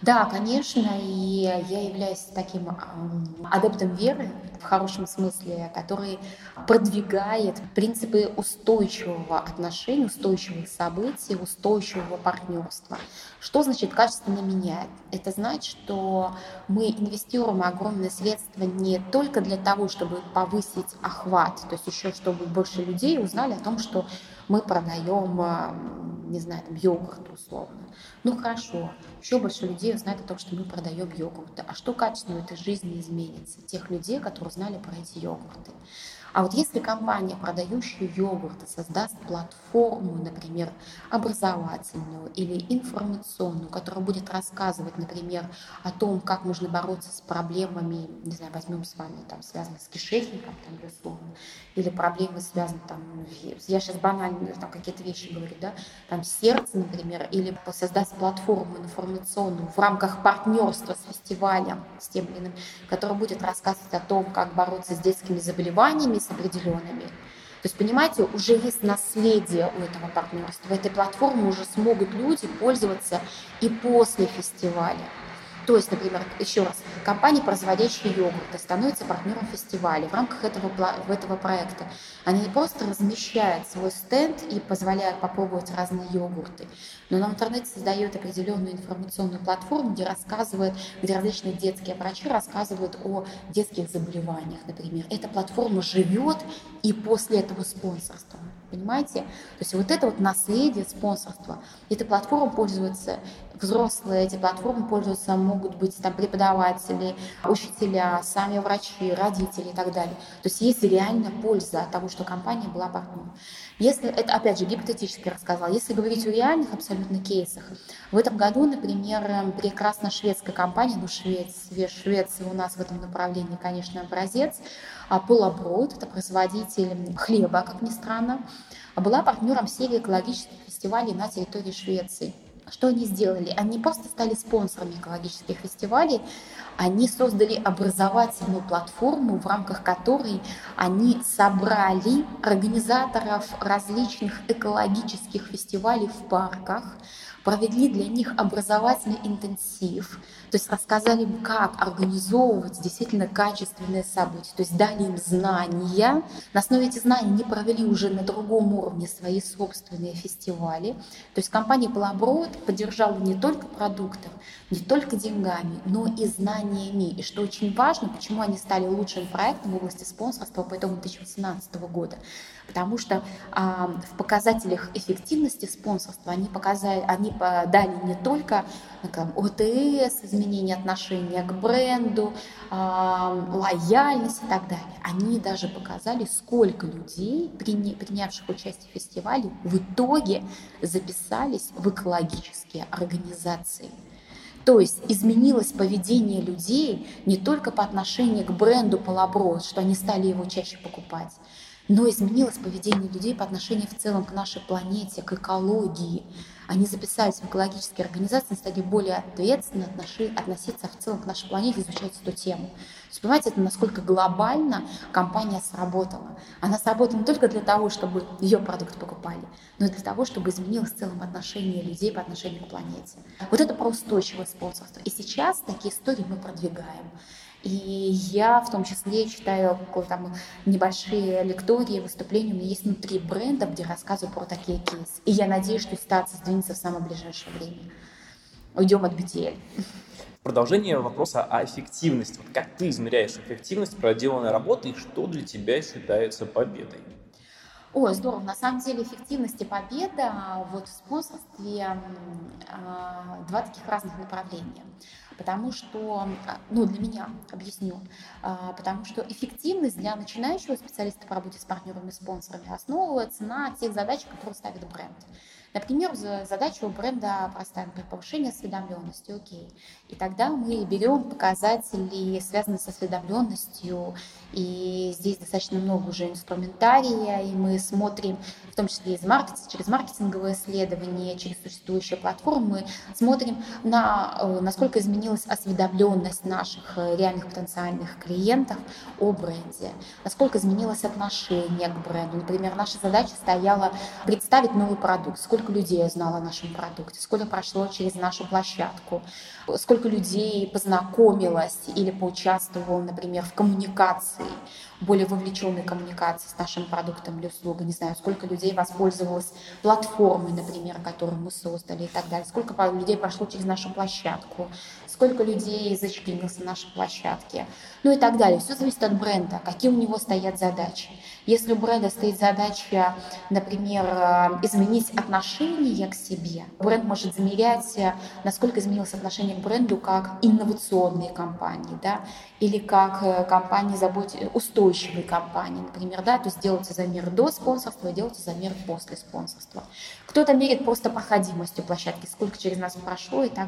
Да, конечно, и я являюсь таким ам, адептом веры в хорошем смысле, который продвигает принципы устойчивого отношения, устойчивых событий, устойчивого партнерства. Что значит качественно меняет? Это значит, что мы инвестируем огромные средства не только для того, чтобы повысить охват, то есть еще чтобы больше людей узнали о том, что мы продаем, ам, не знаю, там, йогурт условно. Ну хорошо, еще больше людей узнает о том, что мы продаем йогурты. А что качественно в этой жизни изменится? Тех людей, которые узнали про эти йогурты. А вот если компания, продающая йогурты, создаст платформу, например, образовательную или информационную, которая будет рассказывать, например, о том, как можно бороться с проблемами, не знаю, возьмем с вами, там, связанные с кишечником, там, безусловно, или проблемы связаны, там, я сейчас банально там какие-то вещи говорю, да, там, сердце, например, или создаст платформу информационную в рамках партнерства с фестивалем, с тем или иным, которая будет рассказывать о том, как бороться с детскими заболеваниями, с определенными. То есть, понимаете, уже есть наследие у этого партнерства. Этой платформы уже смогут люди пользоваться и после фестиваля. То есть, например, еще раз, компания, производящая йогурты, становится партнером фестиваля в рамках этого, этого проекта. Они не просто размещают свой стенд и позволяют попробовать разные йогурты, но на интернете создает определенную информационную платформу, где рассказывают, где различные детские врачи рассказывают о детских заболеваниях, например. Эта платформа живет и после этого спонсорства. Понимаете? То есть вот это вот наследие спонсорства. Этой платформой пользуются взрослые, эти платформы пользуются, могут быть там преподаватели, учителя, сами врачи, родители и так далее. То есть есть реальная польза от того, что компания была партнером. Если, это опять же гипотетически рассказала, если говорить о реальных абсолютно кейсах, в этом году, например, прекрасная шведская компания, ну Швеция, Швеция у нас в этом направлении, конечно, образец, Полаброд, это производитель хлеба, как ни странно, была партнером серии экологических фестивалей на территории Швеции. Что они сделали? Они просто стали спонсорами экологических фестивалей, они создали образовательную платформу, в рамках которой они собрали организаторов различных экологических фестивалей в парках, провели для них образовательный интенсив, то есть рассказали им, как организовывать действительно качественные события, то есть дали им знания. На основе этих знаний они провели уже на другом уровне свои собственные фестивали. То есть компания Полаброд поддержала не только продуктом, не только деньгами, но и знаниями. И что очень важно, почему они стали лучшим проектом в области спонсорства по итогам две тысячи восемнадцатого года. Потому что а, в показателях эффективности спонсорства они, показали, они дали не только там, о тэ эс, изменение отношения к бренду, а, лояльность и так далее. Они даже показали, сколько людей, принявших участие в фестивале, в итоге записались в экологические организации. То есть изменилось поведение людей не только по отношению к бренду Полаброд, что они стали его чаще покупать, но изменилось поведение людей по отношению в целом к нашей планете, к экологии. Они записались в экологические организации, стали более ответственно относиться в целом к нашей планете, изучать эту тему. То есть, понимаете, это насколько глобально компания сработала. Она сработала не только для того, чтобы ее продукт покупали, но и для того, чтобы изменилось в целом отношение людей по отношению к планете. Вот это про устойчивое спонсорство. И сейчас такие истории мы продвигаем. И я в том числе читаю там, небольшие лектории, выступления. У меня есть внутри брендов, где рассказываю про такие кейсы. И я надеюсь, что ситуация сдвинется в самое ближайшее время. Уйдем от би ти эл. Продолжение вопроса о эффективности. Вот как ты измеряешь эффективность проделанной работы и что для тебя считается победой? Ой, здорово. На самом деле эффективность и победа вот в спонсорстве э, два таких разных направления. Потому что, ну для меня, объясню, э, потому что эффективность для начинающего специалиста по работе с партнерами и спонсорами основывается на тех задачах, которые ставит бренд. Например, задача у бренда простая, например, повышение осведомленности, окей. И тогда мы берем показатели, связанные с осведомленностью, и здесь достаточно много уже инструментария, и мы смотрим, в том числе из маркетинга, через маркетинговые исследования, через существующие платформы, смотрим на, насколько изменилась осведомленность наших реальных потенциальных клиентов о бренде, насколько изменилось отношение к бренду. Например, наша задача стояла представить новый продукт, сколько сколько людей узнало о нашем продукте, сколько прошло через нашу площадку, сколько людей познакомилось или поучаствовало, например, в коммуникации, более вовлеченной коммуникации с нашим продуктом или услугой, не знаю, сколько людей воспользовалось платформой, например, которую мы создали и так далее, сколько людей прошло через нашу площадку, сколько людей зашпилилось на нашей площадке, ну и так далее. Все зависит от бренда, какие у него стоят задачи. Если у бренда стоит задача, например, изменить отношение к себе, бренд может замерять, насколько изменилось отношение к бренду как инновационные компании, да, или как компании заботи... устойчивые компании, например, да, то есть делается замер до спонсорства и делается замер после спонсорства. Кто-то меряет просто проходимостью площадки, сколько через нас прошло и так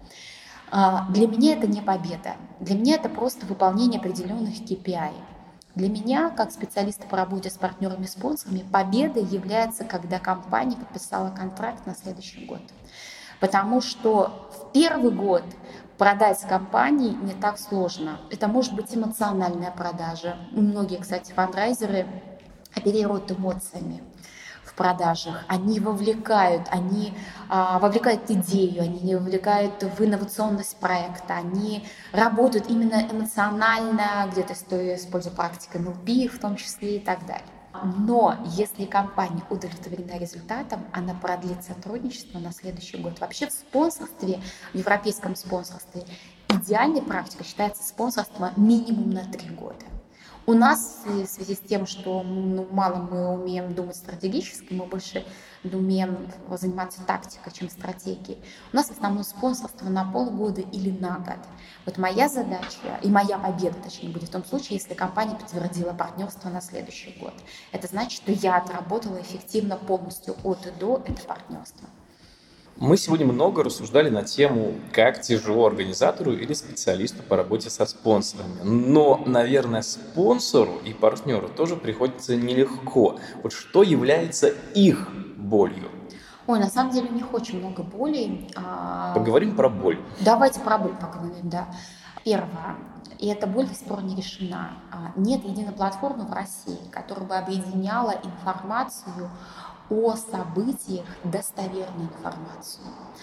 далее. Для меня это не победа, для меня это просто выполнение определенных кей пи ай. Для меня, как специалиста по работе с партнерами и спонсорами, победой является, когда компания подписала контракт на следующий год. Потому что в первый год продать компании не так сложно. Это может быть эмоциональная продажа. Многие, кстати, фандрайзеры оперируют эмоциями в продажах. Они вовлекают, они а, вовлекают идею, они вовлекают в инновационность проекта, они работают именно эмоционально, где-то используя практику эн эл пи в том числе и так далее. Но если компания удовлетворена результатом, она продлит сотрудничество на следующий год. Вообще в спонсорстве, в европейском спонсорстве, идеальной практикой считается спонсорство минимум на три года. У нас в связи с тем, что ну, мало мы умеем думать стратегически, мы больше умеем заниматься тактикой, чем стратегией. У нас в основном спонсорство на полгода или на год. Вот моя задача и моя победа, точнее, будет в том случае, если компания подтвердила партнерство на следующий год. Это значит, что я отработала эффективно полностью от и до это партнерство. Мы сегодня много рассуждали на тему, как тяжело организатору или специалисту по работе со спонсорами. Но, наверное, спонсору и партнеру тоже приходится нелегко. Вот что является их болью? Ой, на самом деле у них очень много болей. Поговорим про боль. Давайте про боль поговорим, да. Первое. И эта боль до сих пор не решена. Нет единой платформы в России, которая бы объединяла информацию о событиях, достоверную информацию,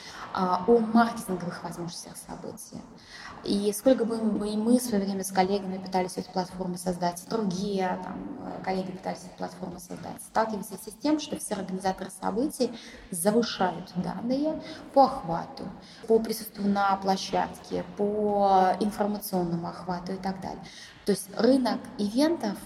о маркетинговых возможностях событий. И сколько бы и мы в свое время с коллегами пытались эти платформы создать, другие там, коллеги пытались эти платформы создать, сталкиваемся с тем, что все организаторы событий завышают данные по охвату, по присутствию на площадке, по информационному охвату и так далее. То есть рынок ивентов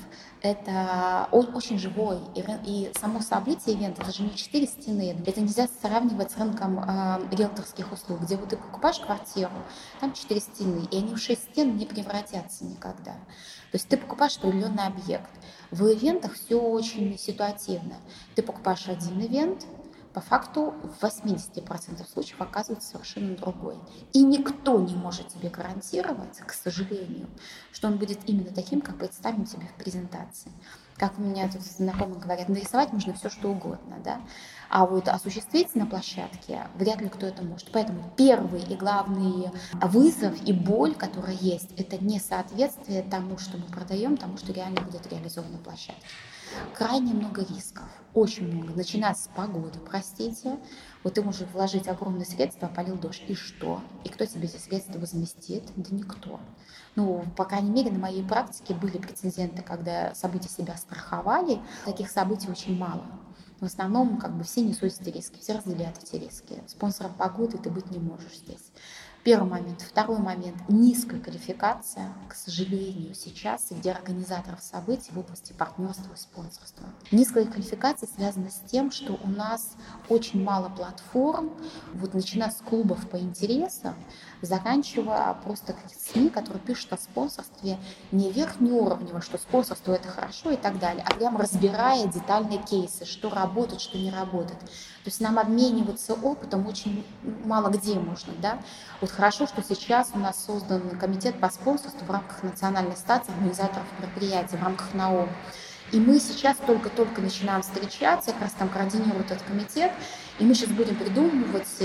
это очень живой, и, и само событие ивента, это же не четыре стены, это нельзя сравнивать с рынком э, риэлторских услуг, где вот ты покупаешь квартиру, там четыре стены, и они в шесть стен не превратятся никогда. То есть ты покупаешь определенный объект. В ивентах все очень ситуативно. Ты покупаешь один ивент, по факту в восемьдесят процентов случаев оказывается совершенно другой. И никто не может тебе гарантировать, к сожалению, что он будет именно таким, как представим тебе в презентации. Как у меня тут знакомые говорят, нарисовать можно все, что угодно, да? А вот осуществить на площадке вряд ли кто это может. Поэтому первый и главный вызов и боль, которая есть, это несоответствие тому, что мы продаем, тому, что реально будет реализовано на площадке. Крайне много рисков, очень много, начиная с погоды, простите. Вот ты можешь вложить огромные средства, а полил дождь, и что? И кто тебе эти средства возместит? Да никто. Ну, по крайней мере, на моей практике были прецеденты, когда события себя страховали. Таких событий очень мало. В основном как бы все несут эти риски, все разделяют эти риски. Спонсором погоды ты быть не можешь здесь. Первый момент. Второй момент. Низкая квалификация, к сожалению, сейчас среди организаторов событий в области партнерства и спонсорства. Низкая квалификация связана с тем, что у нас очень мало платформ, вот начиная с клубов по интересам, заканчивая просто СМИ, которые пишут о спонсорстве не верхнеуровнево, что спонсорство это хорошо и так далее, а прямо разбирая детальные кейсы, что работает, что не работает. То есть нам обмениваться опытом очень мало где можно, да. Вот хорошо, что сейчас у нас создан комитет по спонсорству в рамках национальной стации организаторов мероприятий, в рамках НАО. И мы сейчас только-только начинаем встречаться, как раз там координирует этот комитет, и мы сейчас будем придумывать,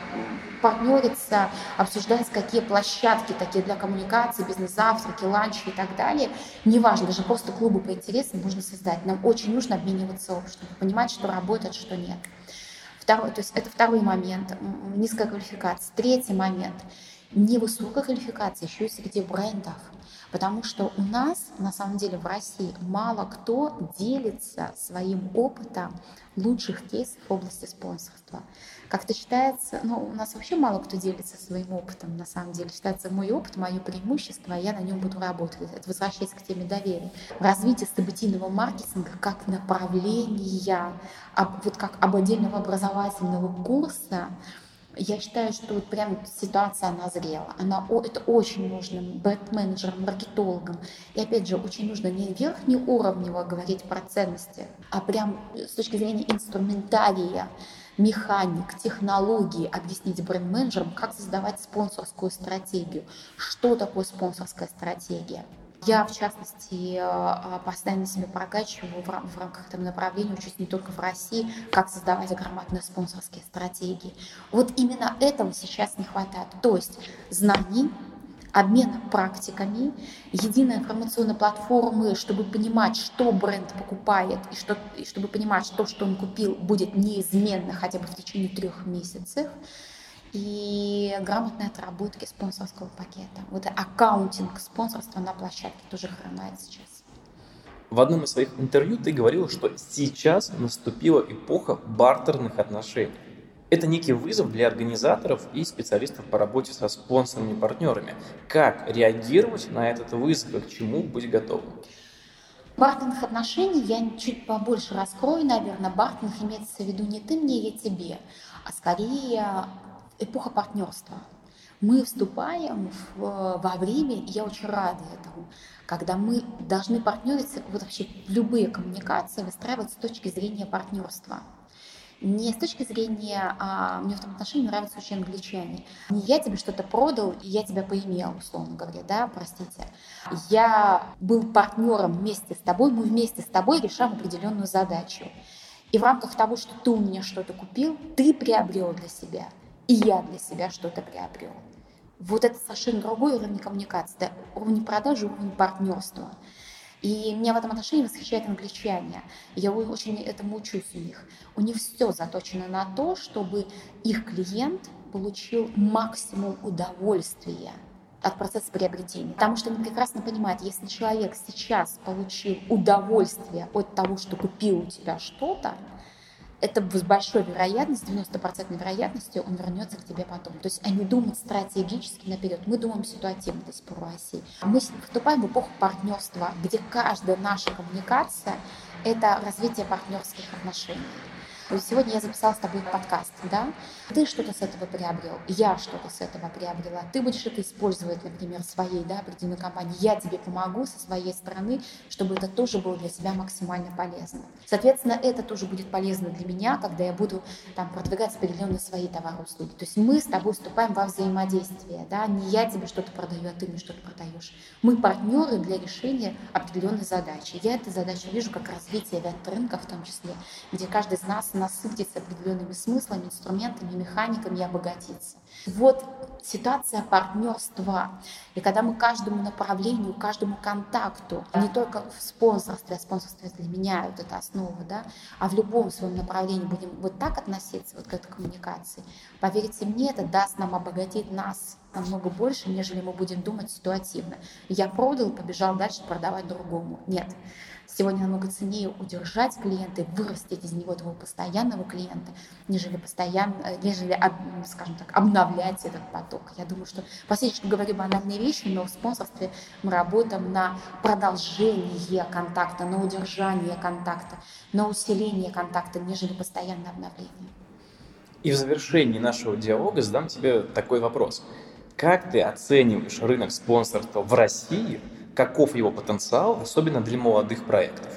партнериться, обсуждать, какие площадки такие для коммуникации, бизнес-завтраки, ланчи и так далее. Неважно, даже просто клубы по интересам можно создать. Нам очень нужно обмениваться опытом, понимать, что работает, что нет. Второй, то есть это второй момент, м, низкая квалификация. Третий момент, невысокая квалификация еще и среди брендов. Потому что у нас, на самом деле, в России мало кто делится своим опытом лучших кейсов в области спонсорства. Как-то считается, ну, у нас вообще мало кто делится своим опытом, на самом деле. Считается, мой опыт, мое преимущество, а я на нем буду работать. Это возвращается к теме доверия. Развитие событийного маркетинга как направления, об, вот как об отдельного образовательного курса, я считаю, что вот прям ситуация назрела. Она, о, это очень нужно бренд-менеджерам, маркетологам. И опять же, очень нужно не верхнеуровнево говорить про ценности, а прям с точки зрения инструментария, механик, технологии объяснить бренд-менеджерам, как создавать спонсорскую стратегию. Что такое спонсорская стратегия? Я, в частности, постоянно себя прокачиваю в рамках этого направления, учусь не только в России, как создавать грамотные спонсорские стратегии. Вот именно этого сейчас не хватает. То есть знаний, обмен практиками, единой информационной платформы, чтобы понимать, что бренд покупает, и, что, и чтобы понимать, что, что он купил, будет неизменно хотя бы в течение трех месяцев. И грамотной отработки спонсорского пакета. Вот аккаунтинг спонсорства на площадке тоже хромает сейчас. В одном из своих интервью ты говорила, что сейчас наступила эпоха бартерных отношений. Это некий вызов для организаторов и специалистов по работе со спонсорами и партнерами. Как реагировать на этот вызов и к чему быть готовым? Бартерных отношений я чуть побольше раскрою, наверное. Бартерных имеется в виду не ты мне, я тебе, а скорее эпоха партнерства. Мы вступаем в, во время, и я очень рада этому, когда мы должны партнериться, вот вообще любые коммуникации выстраивать с точки зрения партнерства. Не с точки зрения, а, мне в этом отношении нравятся очень англичане. Не я тебе что-то продал, и я тебя поимел, условно говоря, да, простите. Я был партнером вместе с тобой, мы вместе с тобой решаем определенную задачу. И в рамках того, что ты у меня что-то купил, ты приобрел для себя. И я для себя что-то приобрел. Вот это совершенно другой уровень коммуникации, да? Уровень продажи, уровень партнерства. И меня в этом отношении восхищают англичане. Я очень этому учусь у них. У них все заточено на то, чтобы их клиент получил максимум удовольствия от процесса приобретения. Потому что они прекрасно понимают, если человек сейчас получил удовольствие от того, что купил у тебя что-то, это с большой вероятностью, девяносто процентов вероятностью он вернется к тебе потом. То есть они думают стратегически наперед. Мы думаем ситуативно до сих пор в России. Мы вступаем в эпоху партнерства, где каждая наша коммуникация – это развитие партнерских отношений. То есть сегодня я записала с тобой подкаст, да? Ты что-то с этого приобрел, я что-то с этого приобрела. Ты будешь это использовать, например, в своей, да, определенной компании. Я тебе помогу со своей стороны, чтобы это тоже было для тебя максимально полезно. Соответственно, это тоже будет полезно для меня, когда я буду там продвигать определенные свои товары, услуги. То есть мы с тобой вступаем во взаимодействие, да? Не я тебе что-то продаю, а ты мне что-то продаешь. Мы партнеры для решения определенной задачи. Я эту задачу вижу как развитие веб-рынка в том числе, где каждый из нас насытиться определенными смыслами, инструментами, механиками и обогатиться. Вот ситуация партнерства. И когда мы каждому направлению, каждому контакту, не только в спонсорстве, а спонсорство для меня вот это основа, да, а в любом своем направлении будем вот так относиться вот к этой коммуникации, поверьте мне, это даст нам обогатить нас намного больше, нежели мы будем думать ситуативно. Я продал, побежал дальше продавать другому. Нет. Сегодня намного ценнее удержать клиента и вырастить из него твоего постоянного клиента, нежели, постоянно, нежели, скажем так, обновлять этот поток. Я думаю, что, последнее, что говорю банальные вещи, но в спонсорстве мы работаем на продолжение контакта, на удержание контакта, на усиление контакта, нежели постоянное обновление. И в завершении нашего диалога задам тебе такой вопрос. Как ты оцениваешь рынок спонсорства в России? Каков его потенциал, особенно для молодых проектов?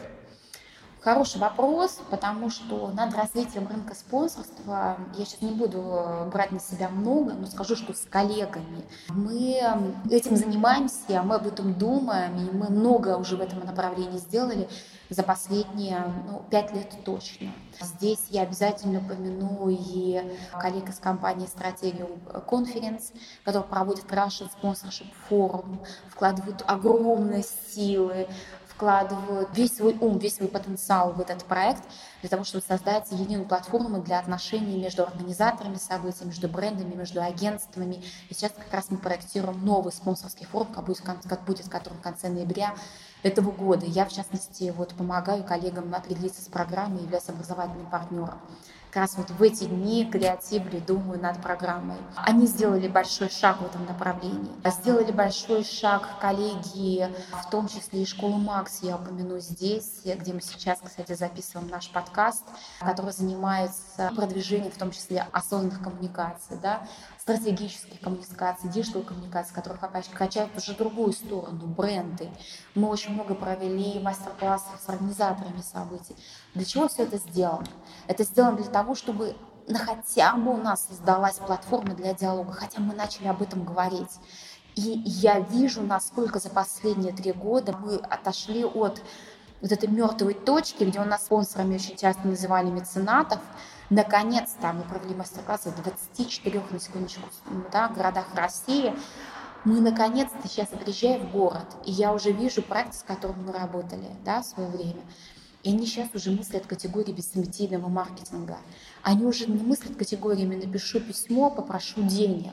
Хороший вопрос, потому что над развитием рынка спонсорства я сейчас не буду брать на себя много, но скажу, что с коллегами мы этим занимаемся, мы об этом думаем, и мы много уже в этом направлении сделали за последние ну, пять лет точно. Здесь я обязательно упомяну и коллег из компании Strategium Conference, который проводит Russian Sponsorship Forum, вкладывают огромные силы вкладывают весь свой ум, весь свой потенциал в этот проект для того, чтобы создать единую платформу для отношений между организаторами событий, между брендами, между агентствами. И сейчас как раз мы проектируем новый спонсорский форум, как будет, как будет который в конце ноября этого года. Я, в частности, вот, помогаю коллегам определиться с программой и являюсь образовательным партнером. Как раз вот в эти дни креативили, думаю над программой. Они сделали большой шаг в этом направлении. Сделали большой шаг коллеги, в том числе и школу Макс, я упомяну здесь, где мы сейчас, кстати, записываем наш подкаст, который занимается продвижением, в том числе осознанных коммуникаций, да, стратегических коммуникаций, диджитал коммуникаций, которые качают уже другую сторону, бренды. Мы очень много провели мастер-классов с организаторами событий. Для чего все это сделано? Это сделано для того, чтобы ну, хотя бы у нас создалась платформа для диалога, хотя мы начали об этом говорить. И я вижу, насколько за последние три года мы отошли от вот этой мертвой точки, где у нас спонсорами очень часто называли меценатов. Наконец-то мы провели мастер-классы в двадцати четырёх, на секундочку, да, городах России. Мы наконец-то сейчас приезжаем в город, и я уже вижу проекты, с которыми мы работали, да, в свое время. И они сейчас уже мыслят категории бессмертийного маркетинга. Они уже не мыслят категориями «напишу письмо, попрошу денег»,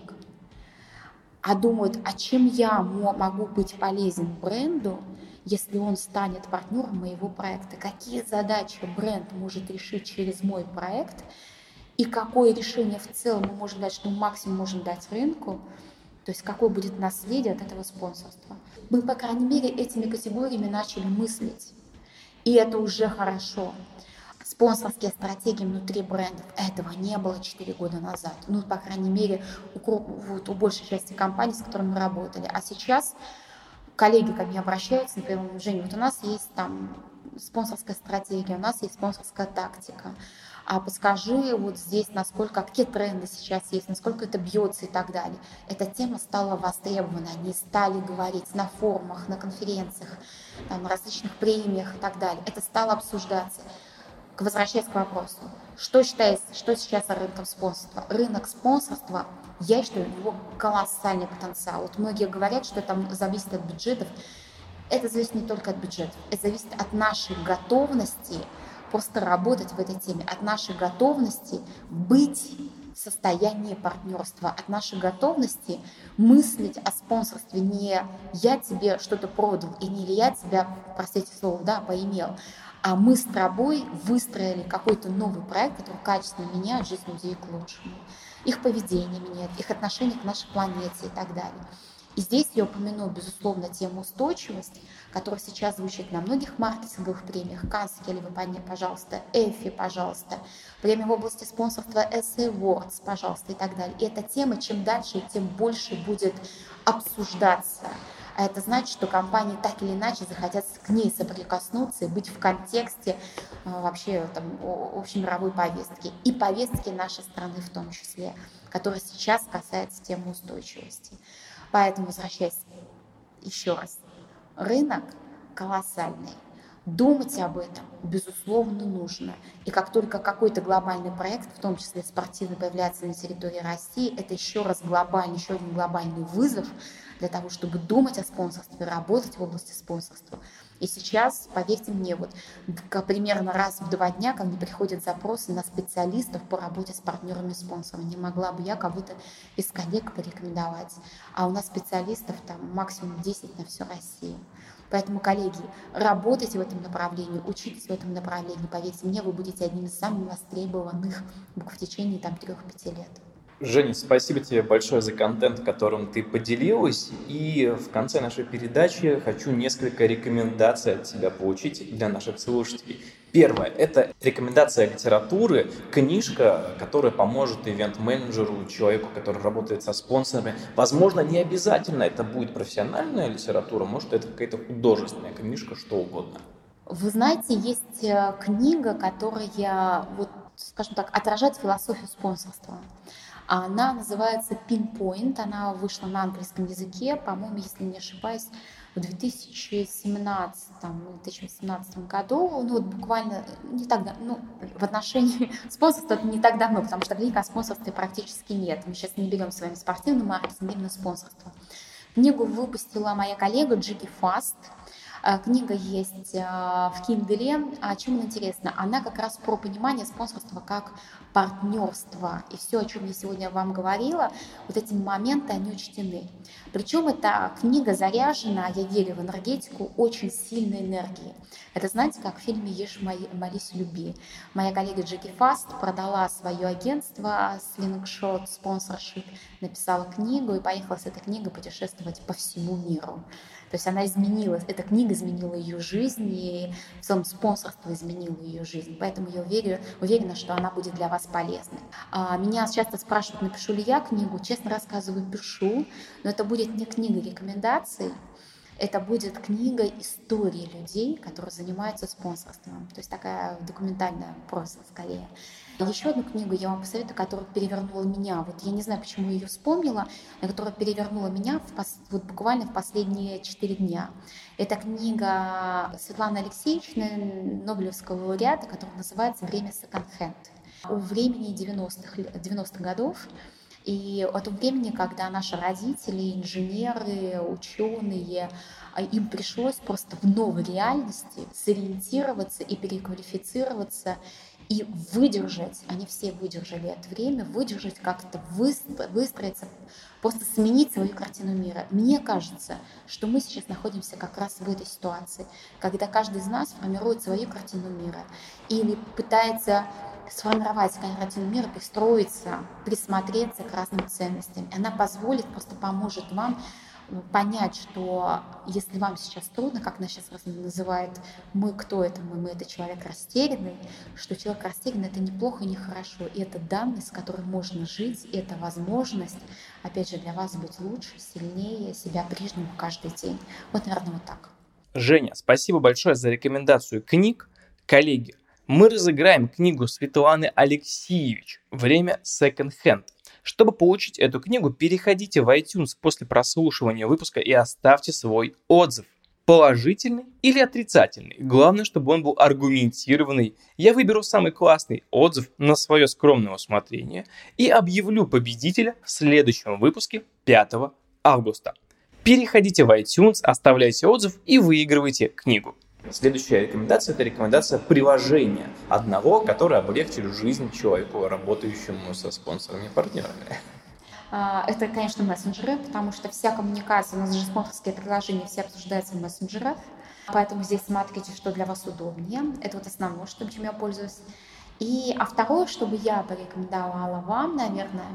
а думают, а чем я могу быть полезен бренду, если он станет партнером моего проекта, какие задачи бренд может решить через мой проект и какое решение в целом мы можем дать, что мы максимум можем дать рынку, то есть какое будет наследие от этого спонсорства. Мы, по крайней мере, этими категориями начали мыслить, и это уже хорошо. Спонсорские стратегии внутри брендов, этого не было четыре года назад, ну, по крайней мере, у, вот, у большей части компаний, с которыми мы работали. А сейчас коллеги ко мне обращаются, например, Женя, вот у нас есть там спонсорская стратегия, у нас есть спонсорская тактика, а подскажи вот здесь, насколько, какие тренды сейчас есть, насколько это бьется и так далее. Эта тема стала востребована, они стали говорить на форумах, на конференциях, там, на различных премиях и так далее. Это стало обсуждаться. Возвращаясь к вопросу, что считается, что сейчас рынком спонсорства? Рынок спонсорства, я считаю, у него колоссальный потенциал. Вот многие говорят, что это зависит от бюджетов. Это зависит не только от бюджетов, это зависит от нашей готовности просто работать в этой теме, от нашей готовности быть в состоянии партнерства, от нашей готовности мыслить о спонсорстве не «я тебе что-то продал» и не «я тебя, простите слово, да, поимел», а мы с тобой выстроили какой-то новый проект, который качественно меняет жизнь людей к лучшему. Их поведение меняет, их отношение к нашей планете и так далее. И здесь я упомяну, безусловно, тему устойчивости, которая сейчас звучит на многих маркетинговых премиях. Каннские, вы поняли, пожалуйста, Эфи, пожалуйста, премия в области спонсорства эс эй Awards, пожалуйста, и так далее. И эта тема, чем дальше, тем больше будет обсуждаться. А это значит, что компании так или иначе захотят к ней соприкоснуться и быть в контексте вообще там, общемировой повестки. И повестки нашей страны в том числе, которая сейчас касается темы устойчивости. Поэтому, возвращаясь еще раз, рынок колоссальный. Думать об этом, безусловно, нужно. И как только какой-то глобальный проект, в том числе спортивный, появляется на территории России, это еще раз глобальный, еще один глобальный вызов для того, чтобы думать о спонсорстве, работать в области спонсорства. И сейчас, поверьте мне, вот примерно раз в два дня ко мне приходят запросы на специалистов по работе с партнерами-спонсорами. Не могла бы я кого-то из коллег порекомендовать. А у нас специалистов там максимум десять на всю Россию. Поэтому, коллеги, работайте в этом направлении, учитесь в этом направлении. Поверьте мне, вы будете одним из самых востребованных в течение там трех-пяти лет. Женя, спасибо тебе большое за контент, которым ты поделилась. И в конце нашей передачи хочу несколько рекомендаций от тебя получить для наших слушателей. Первое – это рекомендация литературы, книжка, которая поможет ивент-менеджеру, человеку, который работает со спонсорами. Возможно, не обязательно это будет профессиональная литература, может, это какая-то художественная книжка, что угодно. Вы знаете, есть книга, которая, вот, скажем так, отражает философию спонсорства. Она называется Pinpoint, она вышла на английском языке, по-моему, если не ошибаюсь, в две тысячи семнадцатом - две тысячи восемнадцатом году, ну вот буквально не так давно, ну, в отношении спонсорства это не так давно, потому что книг о спонсорстве практически нет. Мы сейчас не берем с вами спортивный маркетинг, именно спонсорство. Книгу выпустила моя коллега Джиги Фаст. Книга есть в Kindle. А чем она интересна? Она как раз про понимание спонсорства как партнерства. И все, о чем я сегодня вам говорила, вот эти моменты, они учтены. Причем эта книга заряжена, я верю в энергетику, очень сильной энергией. Это, знаете, как в фильме «Ешь, молись, люби». Моя коллега Джеки Фаст продала свое агентство Slingshot Sponsorship, написала книгу и поехала с этой книгой путешествовать по всему миру. То есть она изменилась, эта книга изменила ее жизнь, и в целом спонсорство изменило ее жизнь. Поэтому я уверена, уверена, что она будет для вас полезной. А, меня часто спрашивают, напишу ли я книгу. Честно рассказываю, пишу, но это будет не книга рекомендаций, это будет книга истории людей, которые занимаются спонсорством. То есть такая документальная проза скорее. Еще одну книгу я вам посоветую, которая перевернула меня. Вот я не знаю, почему я ее вспомнила, но которая перевернула меня в пос... вот буквально в последние четыре дня. Это книга Светланы Алексеевичны, Нобелевского лауреата, которая называется «Время секонд-хенд». О времени девяностых, девяностых годов. И о том времени, когда наши родители, инженеры, ученые, им пришлось просто в новой реальности сориентироваться и переквалифицироваться, и выдержать, они все выдержали это время, выдержать, как-то выстроиться, просто сменить свою картину мира. Мне кажется, что мы сейчас находимся как раз в этой ситуации, когда каждый из нас формирует свою картину мира или пытается сформировать картину мира, пристроиться, присмотреться к разным ценностям. И она позволит, просто поможет вам понять, что если вам сейчас трудно, как нас сейчас называют, мы кто это, мы, мы это человек растерянный, что человек растерянный это неплохо и нехорошо, и это данность, с которой можно жить, и это возможность, опять же, для вас быть лучше, сильнее себя прежнему каждый день. Вот, наверное, вот так. Женя, спасибо большое за рекомендацию книг. Коллеги, мы разыграем книгу Светланы Алексеевич «Время секонд-хенд». Чтобы получить эту книгу, переходите в iTunes после прослушивания выпуска и оставьте свой отзыв. Положительный или отрицательный. Главное, чтобы он был аргументированный. Я выберу самый классный отзыв на свое скромное усмотрение и объявлю победителя в следующем выпуске пятого августа. Переходите в iTunes, оставляйте отзыв и выигрывайте книгу. Следующая рекомендация – это рекомендация приложения одного, которое облегчит жизнь человеку, работающему со спонсорами и партнерами. Это, конечно, мессенджеры, потому что вся коммуникация, у нас же спонсорские приложения, все обсуждаются в мессенджерах, поэтому здесь смотрите, что для вас удобнее. Это вот основное, что, чем я пользуюсь. И, а второе, что бы я порекомендовала вам, наверное,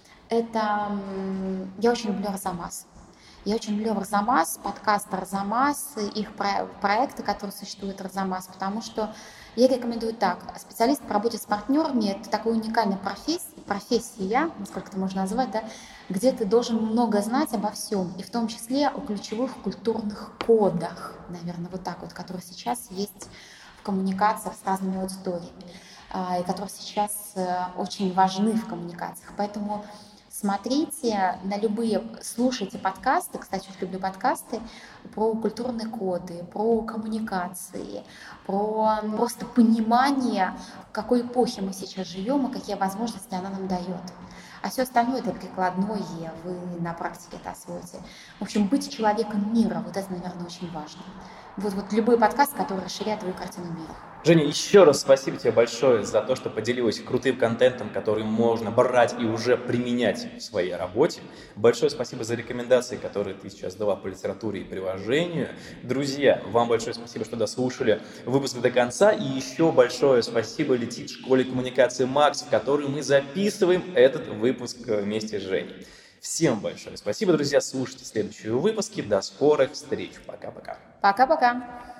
это я очень люблю Арзамас. Я очень люблю Арзамас, подкаст Арзамас, их проекты, которые существуют Арзамас, потому что я рекомендую так. Специалист по работе с партнерами – это такая уникальная профессия, профессия, насколько это можно назвать, да, где ты должен много знать обо всем, и в том числе о ключевых культурных кодах, наверное, вот так вот, которые сейчас есть в коммуникациях с разными аудиториями, и которые сейчас очень важны в коммуникациях. Поэтому смотрите на любые, слушайте подкасты, кстати, очень люблю подкасты, про культурные коды, про коммуникации, про просто понимание, в какой эпохе мы сейчас живем и какие возможности она нам дает. А все остальное это прикладное, вы на практике это освоите. В общем, быть человеком мира, вот это, наверное, очень важно. Вот, вот любой подкаст, который расширяет твою картину мира. Женя, еще раз спасибо тебе большое за то, что поделилась крутым контентом, который можно брать и уже применять в своей работе. Большое спасибо за рекомендации, которые ты сейчас дала по литературе и приложению. Друзья, вам большое спасибо, что дослушали выпуск до конца. И еще большое спасибо летит школе коммуникации Макс, в которой мы записываем этот выпуск вместе с Женей. Всем большое спасибо, друзья. Слушайте следующие выпуски. До скорых встреч. Пока-пока. Пока-пока.